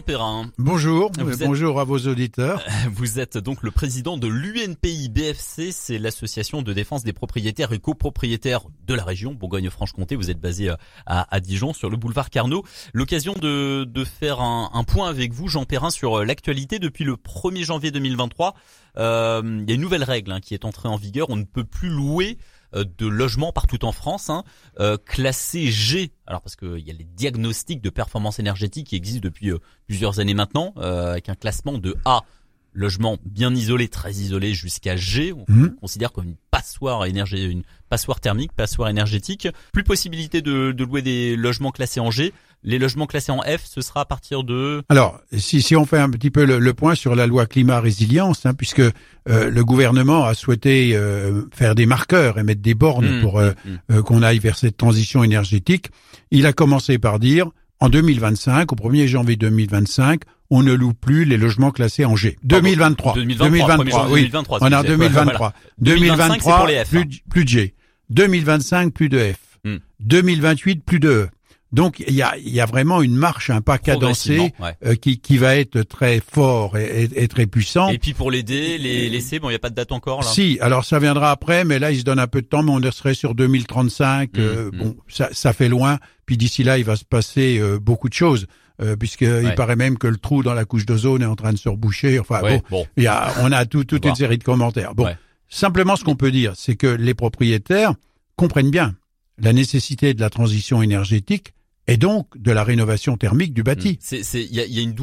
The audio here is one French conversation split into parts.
Perrin. Bonjour, bonjour à vos auditeurs. Vous êtes donc le président de l'UNPI-BFC, c'est l'association de défense des propriétaires et copropriétaires de la région Bourgogne-Franche-Comté. Vous êtes basé à Dijon, sur le boulevard Carnot. L'occasion de faire un point avec vous, Jean Perrin, sur l'actualité. Depuis le 1er janvier 2023, il y a une nouvelle règle qui est entrée en vigueur. On ne peut plus louer de logements partout en France, classés G. Alors parce que il y a les diagnostics de performance énergétique qui existent depuis plusieurs années maintenant, avec un classement de A, logement bien isolé, très isolé, jusqu'à G. On considère comme une passoire thermique, passoire énergétique. Plus possibilité de louer des logements classés en G. Les logements classés en F, ce sera à partir de... Alors, si on fait un petit peu le point sur la loi climat-résilience, puisque le gouvernement a souhaité faire des marqueurs et mettre des bornes pour qu'on aille vers cette transition énergétique, il a commencé par dire, en 2025, au 1er janvier 2025, on ne loue plus les logements classés en G. 2023, oui. 2023, on est en 2023. 2023, c'est pour les F, plus de G. 2025, plus de F. 2028, plus de E. Donc il y a vraiment une marche, un pas cadencé qui va être très fort et très puissant. Et puis pour les D, les C, bon, il y a pas de date encore là. Si, alors ça viendra après, mais là il se donne un peu de temps, mais on serait sur 2035. Bon, ça fait loin. Puis d'ici là, il va se passer beaucoup de choses. Puisqu'il paraît même que le trou dans la couche d'ozone est en train de se reboucher. Enfin on a toute une série de commentaires. Bon, simplement ce qu'on peut dire, c'est que les propriétaires comprennent bien la nécessité de la transition énergétique et donc de la rénovation thermique du bâti. Il y a une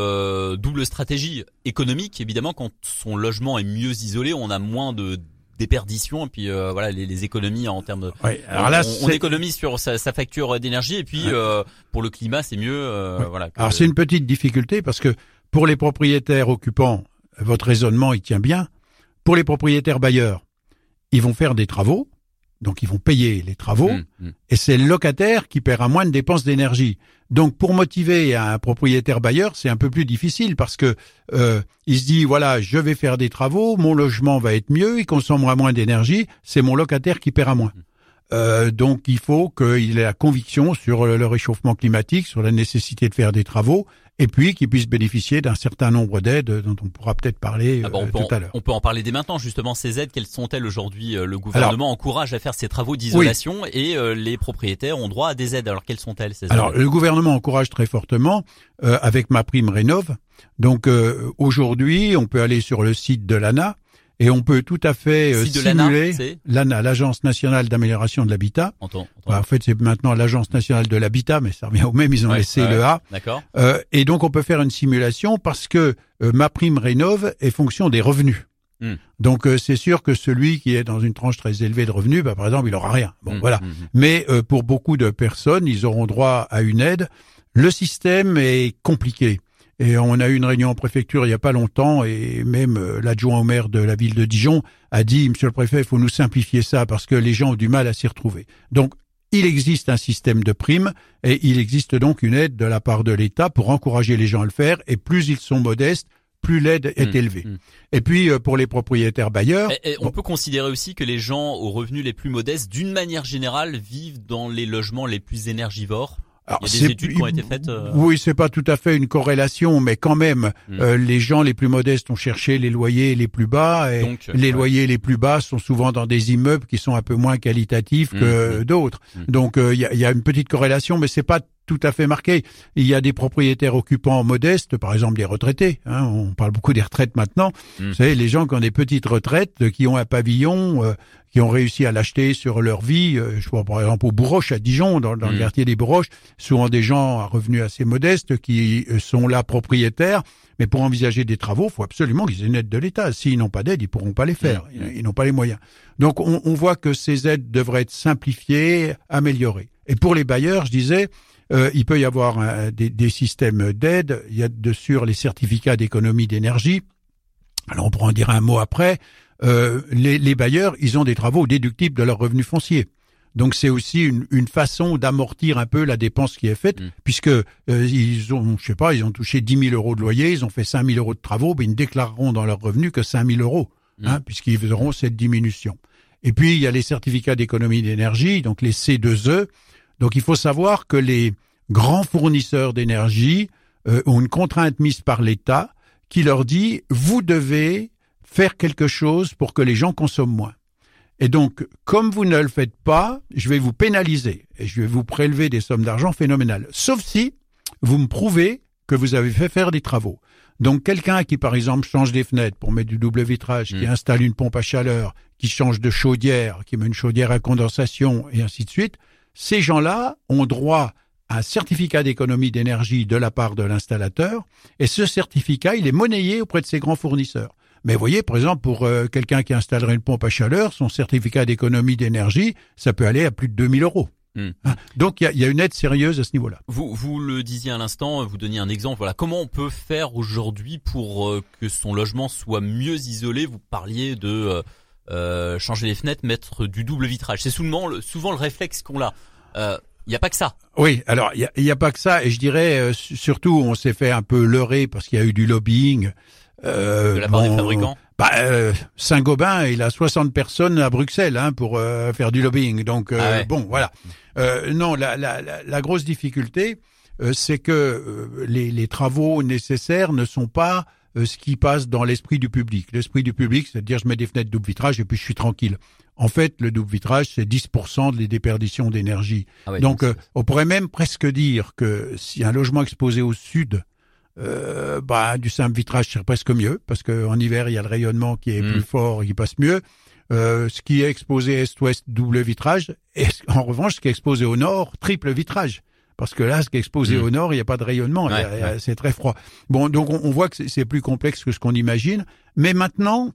double stratégie économique. Évidemment, quand son logement est mieux isolé, on a moins de déperdition et puis les économies en termes de on économise sur sa facture d'énergie et puis pour le climat c'est mieux Alors c'est une petite difficulté parce que pour les propriétaires occupants, votre raisonnement il tient bien. Pour les propriétaires bailleurs, ils vont faire des travaux, donc ils vont payer les travaux et c'est le locataire qui paiera moins de dépenses d'énergie. Donc pour motiver un propriétaire bailleur, c'est un peu plus difficile parce que il se dit voilà, je vais faire des travaux, mon logement va être mieux, il consommera moins d'énergie, c'est mon locataire qui paiera moins. Donc il faut qu'il ait la conviction sur le réchauffement climatique, sur la nécessité de faire des travaux et puis qu'il puisse bénéficier d'un certain nombre d'aides dont on pourra peut-être parler tout à l'heure. On peut en parler dès maintenant justement, ces aides, quelles sont-elles aujourd'hui? Le gouvernement encourage à faire ces travaux d'isolation et les propriétaires ont droit à des aides. Alors quelles sont-elles ces aides? Alors le gouvernement encourage très fortement avec MaPrimeRénov'. Donc aujourd'hui, on peut aller sur le site de l'ANA et on peut tout à fait simuler l'ANA, l'Agence nationale d'amélioration de l'habitat. En fait, c'est maintenant l'Agence nationale de l'habitat, mais ça revient au même, ils ont laissé le A. D'accord. Et donc, on peut faire une simulation parce que MaPrimeRénov' est fonction des revenus. Donc, c'est sûr que celui qui est dans une tranche très élevée de revenus, par exemple, il aura rien. Bon, voilà. Mais pour beaucoup de personnes, ils auront droit à une aide. Le système est compliqué. Et on a eu une réunion en préfecture il y a pas longtemps et même l'adjoint au maire de la ville de Dijon a dit « Monsieur le préfet, il faut nous simplifier ça parce que les gens ont du mal à s'y retrouver ». Donc, il existe un système de primes et il existe donc une aide de la part de l'État pour encourager les gens à le faire et plus ils sont modestes, plus l'aide est élevée. Et puis, pour les propriétaires bailleurs... on peut considérer aussi que les gens aux revenus les plus modestes, d'une manière générale, vivent dans les logements les plus énergivores. Alors, il y a des études qui ont été faites. Oui, c'est pas tout à fait une corrélation, mais quand même, les gens les plus modestes ont cherché les loyers les plus bas, et donc, les loyers les plus bas sont souvent dans des immeubles qui sont un peu moins qualitatifs que d'autres. Donc, il y a une petite corrélation, mais c'est pas tout à fait marqué. Il y a des propriétaires occupants modestes, par exemple des retraités. On parle beaucoup des retraites maintenant. Vous savez, les gens qui ont des petites retraites, qui ont un pavillon, qui ont réussi à l'acheter sur leur vie. Je vois par exemple au Bourroches à Dijon, dans le quartier des Bourroches, souvent des gens à revenus assez modestes qui sont là propriétaires. Mais pour envisager des travaux, il faut absolument qu'ils aient une aide de l'État. S'ils n'ont pas d'aide, ils pourront pas les faire. Ils n'ont pas les moyens. Donc on voit que ces aides devraient être simplifiées, améliorées. Et pour les bailleurs, je disais, il peut y avoir des systèmes d'aide. Il y a sur les certificats d'économie d'énergie. Alors on pourra en dire un mot après. Les bailleurs, ils ont des travaux déductibles de leurs revenus fonciers. Donc c'est aussi une façon d'amortir un peu la dépense qui est faite, puisque ils ont, je sais pas, ils ont touché 10 000 euros de loyer, ils ont fait 5 000 euros de travaux, mais ils ne déclareront dans leurs revenus que 5 000 euros, puisqu'ils auront cette diminution. Et puis il y a les certificats d'économie d'énergie, donc les C2E. Donc il faut savoir que les grands fournisseurs d'énergie ont une contrainte mise par l'État qui leur dit « vous devez faire quelque chose pour que les gens consomment moins ». Et donc, comme vous ne le faites pas, je vais vous pénaliser et je vais vous prélever des sommes d'argent phénoménales. Sauf si vous me prouvez que vous avez fait faire des travaux. Donc, quelqu'un qui, par exemple, change des fenêtres pour mettre du double vitrage, qui installe une pompe à chaleur, qui change de chaudière, qui met une chaudière à condensation et ainsi de suite, ces gens-là ont droit à un certificat d'économie d'énergie de la part de l'installateur et ce certificat, il est monnayé auprès de ses grands fournisseurs. Mais vous voyez, par exemple, pour quelqu'un qui installerait une pompe à chaleur, son certificat d'économie d'énergie, ça peut aller à plus de 2000 €. Donc, il y a une aide sérieuse à ce niveau-là. Vous le disiez à l'instant, vous donniez un exemple. Voilà, comment on peut faire aujourd'hui pour que son logement soit mieux isolé? Vous parliez de changer les fenêtres, mettre du double vitrage. C'est souvent le réflexe qu'on a. Il n'y a pas que ça. Oui, alors il y a pas que ça. Et je dirais, surtout, on s'est fait un peu leurrer parce qu'il y a eu du lobbying. De la part des fabricants. Saint-Gobain, il a 60 personnes à Bruxelles pour faire du lobbying. Donc bon, voilà. Non, la grosse difficulté, c'est que les travaux nécessaires ne sont pas ce qui passe dans l'esprit du public. L'esprit du public, c'est de dire je mets des fenêtres double vitrage et puis je suis tranquille. En fait, le double vitrage, c'est 10% des déperditions d'énergie. Donc on pourrait même presque dire que si un logement exposé au sud du simple vitrage c'est presque mieux parce que en hiver il y a le rayonnement qui est plus fort et qui passe mieux. Ce qui est exposé est-ouest double vitrage et en revanche ce qui est exposé au nord triple vitrage parce que là ce qui est exposé au nord il n'y a pas de rayonnement, c'est très froid. Bon donc on voit que c'est plus complexe que ce qu'on imagine, mais maintenant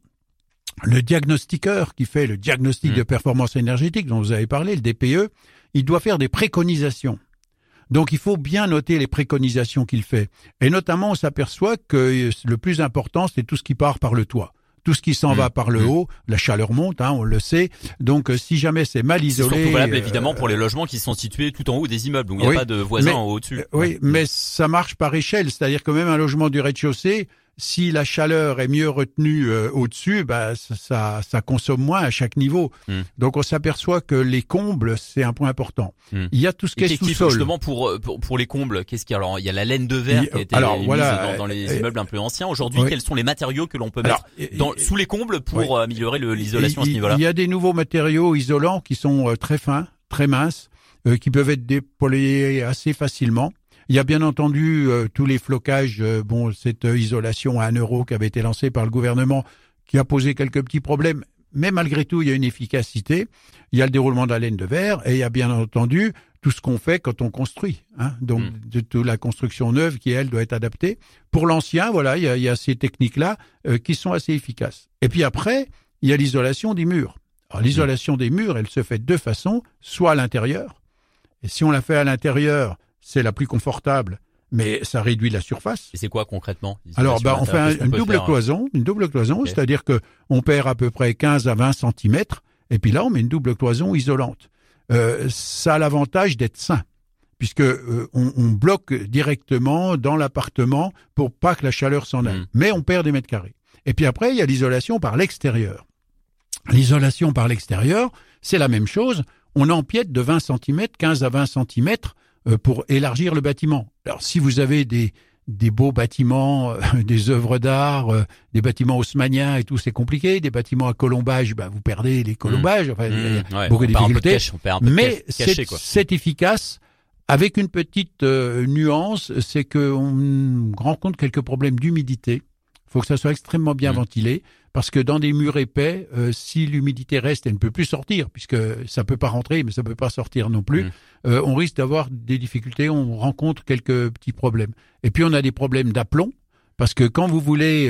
le diagnostiqueur qui fait le diagnostic de performance énergétique dont vous avez parlé, le DPE, il doit faire des préconisations. Donc, il faut bien noter les préconisations qu'il fait. Et notamment, on s'aperçoit que le plus important, c'est tout ce qui part par le toit. Tout ce qui s'en va par le haut, la chaleur monte, on le sait. Donc, si jamais c'est mal isolé... C'est surtout valable, évidemment, pour les logements qui sont situés tout en haut des immeubles, où il n'y a pas de voisins au-dessus. Mais ça marche par échelle. C'est-à-dire que même un logement du rez-de-chaussée, si la chaleur est mieux retenue au-dessus, ça consomme moins à chaque niveau. Donc on s'aperçoit que les combles, c'est un point important. Il y a tout ce qui est sous-sol. Justement pour les combles, qu'est-ce qu'il y a? Alors il y a la laine de verre qui a été mise dans les immeubles un peu anciens. Aujourd'hui, quels sont les matériaux que l'on peut mettre sous les combles pour améliorer l'isolation à ce niveau-là? Il y a des nouveaux matériaux isolants qui sont très fins, très minces, qui peuvent être déployés assez facilement. Il y a bien entendu tous les flocages, cette isolation à 1 € qui avait été lancée par le gouvernement, qui a posé quelques petits problèmes, mais malgré tout, il y a une efficacité. Il y a le déroulement de la laine de verre et il y a bien entendu tout ce qu'on fait quand on construit. Donc, de toute la construction neuve qui, elle, doit être adaptée. Pour l'ancien, voilà, il y a ces techniques-là qui sont assez efficaces. Et puis après, il y a l'isolation des murs. Alors, l'isolation des murs, elle se fait de deux façons, soit à l'intérieur. Et si on la fait à l'intérieur, c'est la plus confortable, mais ça réduit la surface. Et c'est quoi concrètement? Alors, on fait une double cloison, c'est-à-dire que on perd à peu près 15 à 20 centimètres, et puis là, on met une double cloison isolante. Ça a l'avantage d'être sain, puisque on bloque directement dans l'appartement pour pas que la chaleur s'en aille. Mais on perd des mètres carrés. Et puis après, il y a l'isolation par l'extérieur. L'isolation par l'extérieur, c'est la même chose. On empiète de 20 centimètres, 15 à 20 centimètres, pour élargir le bâtiment. Alors, si vous avez des beaux bâtiments, des œuvres d'art, des bâtiments haussmanniens et tout, c'est compliqué. Des bâtiments à colombage, vous perdez les colombages. Enfin, il y a beaucoup de difficultés. Mais c'est efficace. Avec une petite nuance, c'est qu'on rencontre quelques problèmes d'humidité. Il faut que ça soit extrêmement bien ventilé. Parce que dans des murs épais, si l'humidité reste, elle ne peut plus sortir, puisque ça peut pas rentrer, mais ça peut pas sortir non plus. On risque d'avoir des difficultés, on rencontre quelques petits problèmes. Et puis on a des problèmes d'aplomb, parce que quand vous voulez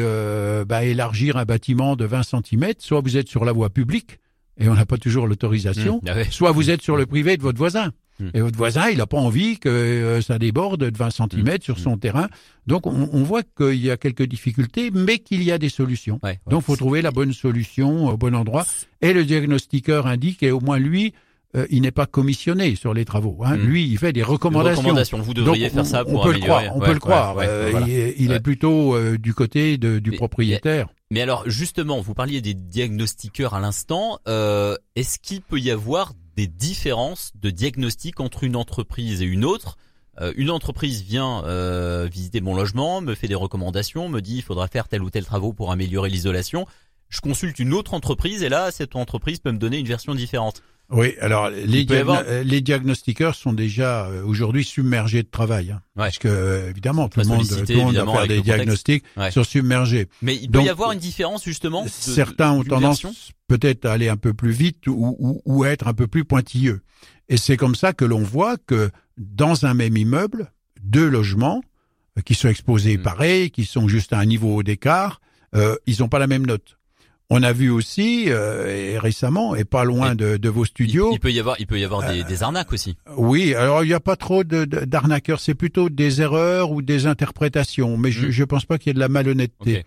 élargir un bâtiment de 20 cm, soit vous êtes sur la voie publique, et on n'a pas toujours l'autorisation, soit vous êtes sur le privé de votre voisin. Et votre voisin, il n'a pas envie que ça déborde de 20 cm sur son terrain. Donc, on voit qu'il y a quelques difficultés, mais qu'il y a des solutions. Donc, il faut trouver la bonne solution au bon endroit. Et le diagnostiqueur indique, et au moins lui, il n'est pas commissionné sur les travaux. Lui, il fait des recommandations. Vous devriez faire ça pour améliorer. On peut le croire. Il est plutôt du côté du propriétaire. Mais alors, justement, vous parliez des diagnostiqueurs à l'instant. Est-ce qu'il peut y avoir des différences de diagnostic entre une entreprise et une autre une entreprise vient visiter mon logement, me fait des recommandations, me dit il faudra faire tel ou tel travaux pour améliorer l'isolation. Je consulte une autre entreprise et là, cette entreprise peut me donner une version différente. Oui, alors les diagnostiqueurs sont déjà aujourd'hui submergés de travail, hein, parce que évidemment tout le monde doit faire des diagnostics, sont submergés. Mais il peut y avoir une différence justement. Certains ont tendance peut-être à aller un peu plus vite ou être un peu plus pointilleux. Et c'est comme ça que l'on voit que dans un même immeuble, 2 logements qui sont exposés pareil, qui sont juste à un niveau d'écart, ils n'ont pas la même note. On a vu aussi et récemment et pas loin de vos studios. Il peut y avoir des arnaques aussi. Oui, alors il n'y a pas trop d'arnaqueurs, c'est plutôt des erreurs ou des interprétations, mais je pense pas qu'il y ait de la malhonnêteté.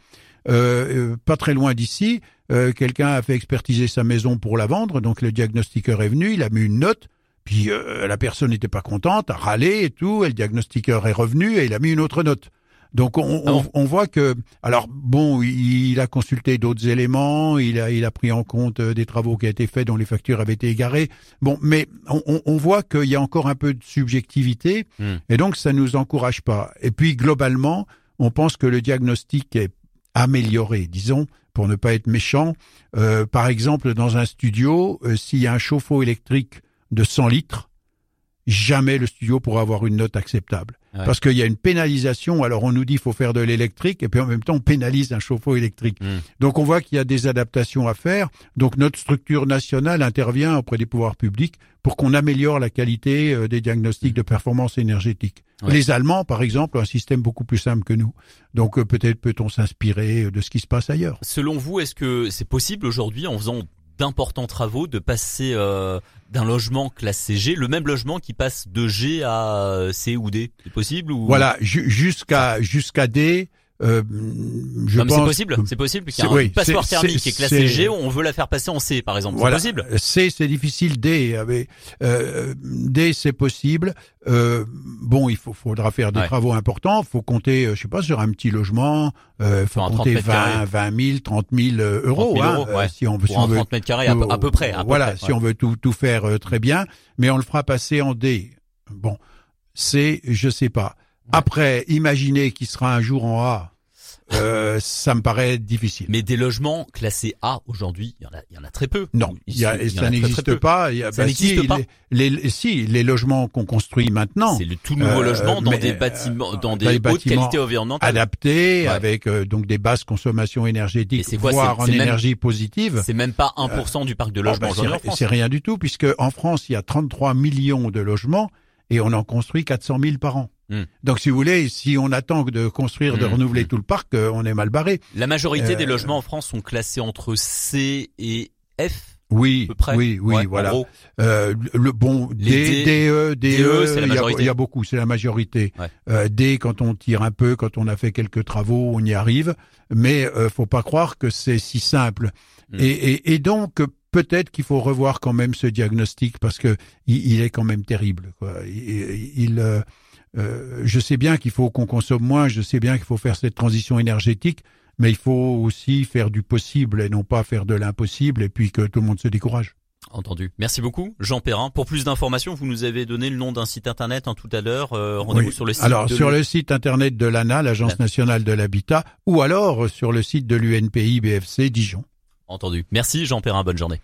Pas très loin d'ici, quelqu'un a fait expertiser sa maison pour la vendre, donc le diagnostiqueur est venu, il a mis une note, puis la personne n'était pas contente, a râlé et tout, et le diagnostiqueur est revenu et il a mis une autre note. Donc on voit que, alors bon, il a consulté d'autres éléments, il a pris en compte des travaux qui ont été faits dont les factures avaient été égarées. Bon, mais on voit qu'il y a encore un peu de subjectivité et donc ça nous encourage pas. Et puis globalement, on pense que le diagnostic est amélioré, disons, pour ne pas être méchant. Par exemple, dans un studio, s'il y a un chauffe-eau électrique de 100 litres, jamais le studio pourra avoir une note acceptable. Ouais. Parce qu'il y a une pénalisation. Alors on nous dit qu'il faut faire de l'électrique et puis en même temps on pénalise un chauffe-eau électrique. Donc on voit qu'il y a des adaptations à faire. Donc notre structure nationale intervient auprès des pouvoirs publics pour qu'on améliore la qualité des diagnostics de performance énergétique. Ouais. Les Allemands, par exemple, ont un système beaucoup plus simple que nous. Donc peut-être peut-on s'inspirer de ce qui se passe ailleurs. Selon vous, est-ce que c'est possible aujourd'hui, en faisant d'importants travaux, de passer d'un logement classé G, le même logement qui passe de G à C ou D, c'est possible ou... Voilà, jusqu'à D. C'est possible qu'il y ait une passoire thermique qui est classée G, on veut la faire passer en C par exemple. Voilà. C'est possible. C c'est difficile, D D c'est possible. Bon, il faudra faire des travaux importants, faut compter je sais pas sur un petit logement, faut compter 20 000, 30 000 euros 30 000 si on veut 30 mètres carrés à peu près. Si on veut tout faire très bien, mais on le fera passer en D. Bon, C, je sais pas. Après, imaginer qu'il sera un jour en A, ça me paraît difficile. Mais des logements classés A aujourd'hui, il y en a très peu. Non, ça n'existe pas. Ça n'existe pas. Les logements qu'on construit maintenant, c'est le tout nouveau logement dans des bâtiments, dans des hautes qualités environnementales, adaptés avec donc des basses consommations énergétiques, voire en énergie positive. C'est même pas 1% du parc de logements aujourd'hui en France. C'est rien du tout, puisque en France il y a 33 millions de logements et on en construit 400 000 par an. Donc, si vous voulez, si on attend de construire, de renouveler tout le parc, on est mal barré. La majorité des logements en France sont classés entre C et F. Oui, voilà. Le bon DE, c'est la majorité. Il y a beaucoup, c'est la majorité. Ouais. D, quand on tire un peu, quand on a fait quelques travaux, on y arrive. Mais faut pas croire que c'est si simple. Et donc peut-être qu'il faut revoir quand même ce diagnostic parce que il est quand même terrible, quoi. Je sais bien qu'il faut qu'on consomme moins, je sais bien qu'il faut faire cette transition énergétique, mais il faut aussi faire du possible et non pas faire de l'impossible et puis que tout le monde se décourage. Entendu. Merci beaucoup, Jean Perrin. Pour plus d'informations, vous nous avez donné le nom d'un site internet tout à l'heure. Rendez-vous sur le site. Alors sur le site internet de l'ANA, l'Agence nationale de l'habitat, ou alors sur le site de l'UNPI BFC Dijon. Entendu. Merci Jean Perrin, bonne journée.